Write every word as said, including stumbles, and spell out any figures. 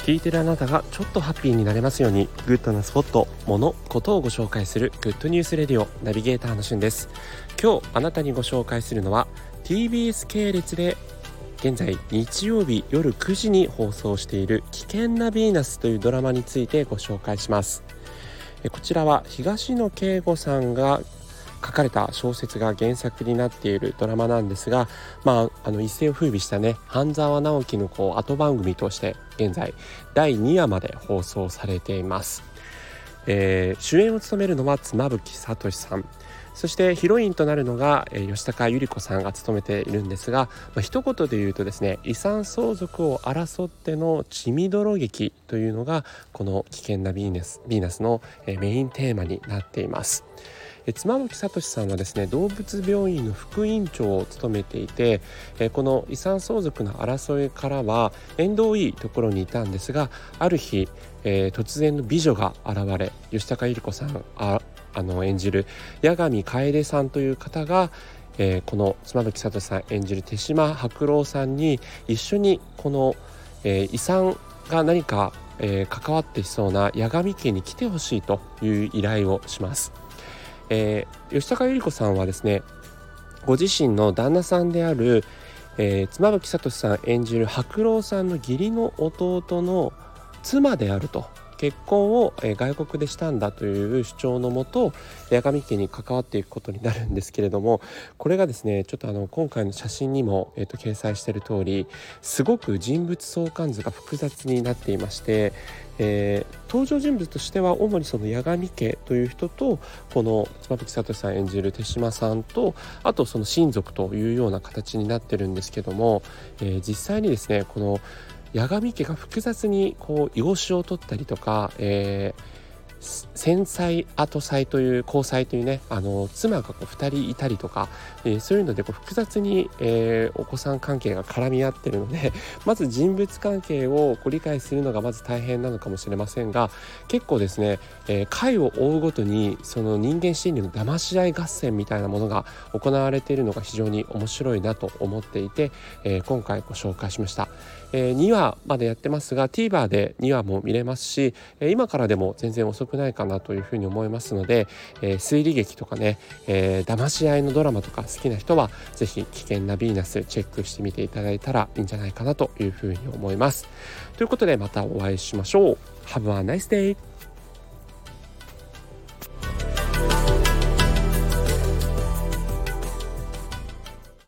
聞いてるあなたがちょっとハッピーになれますように、グッドなスポット、物、ことをご紹介するグッドニュースレディオナビゲーターのしゅんです。今日あなたにご紹介するのは ティービーエス 系列で現在日曜日夜くじに放送している危険なヴィーナスというドラマについてご紹介します。こちらは東野圭吾さんが書かれた小説が原作になっているドラマなんですが、まあ、あの一世を風靡したね半沢直樹のこう後番組として現在だいにわまで放送されています。えー、主演を務めるのは妻夫木聡さん、そしてヒロインとなるのが、えー、吉高由里子さんが務めているんですが、まあ、一言で言うとですね、遺産相続を争っての血みどろ劇というのがこの危険なヴィーナス、ヴィーナスの、えー、メインテーマになっています。妻夫木聡さんはですね、動物病院の副院長を務めていて、この遺産相続の争いからは縁遠いところにいたんですが、ある日、えー、突然の美女が現れ、吉高由里子さんああの演じる八神楓さんという方が、えー、この妻夫木聡さん演じる手島白郎さんに一緒にこの、えー、遺産が何か、えー、関わってきそうな八神家に来てほしいという依頼をします。えー、吉高由里子さんはですね、ご自身の旦那さんである、えー、妻夫木聡さん演じる白郎さんの義理の弟の妻であると、結婚を、えー、外国でしたんだという主張のもと八神家に関わっていくことになるんですけれども、これがですね、ちょっとあの今回の写真にも、えー、と掲載している通り、すごく人物相関図が複雑になっていまして、えー、登場人物としては主にその八神家という人と、この妻夫木聡さん演じる手島さんと、あとその親族というような形になってるんですけども、えー、実際にですね、この八神家が複雑にこう養子を取ったりとか、えー先妻後妻という交際というね、あの妻がこうふたりいたりとか、えー、そういうのでこう複雑に、えー、お子さん関係が絡み合ってるので、まず人物関係をご理解するのがまず大変なのかもしれませんが、結構ですね、えー、回を追うごとにその人間心理の騙し合い合戦みたいなものが行われているのが非常に面白いなと思っていて、えー、今回ご紹介しました。えー、にわまでやってますが TVer でにわも見れますし、えー、今からでも全然遅くないかなというふうに思いますので、えー、推理劇とかね、えー、騙し合いのドラマとか好きな人はぜひ危険なヴィーナスチェックしてみていただいたらいいんじゃないかなというふうに思います。ということでまたお会いしましょう。Have a nice day!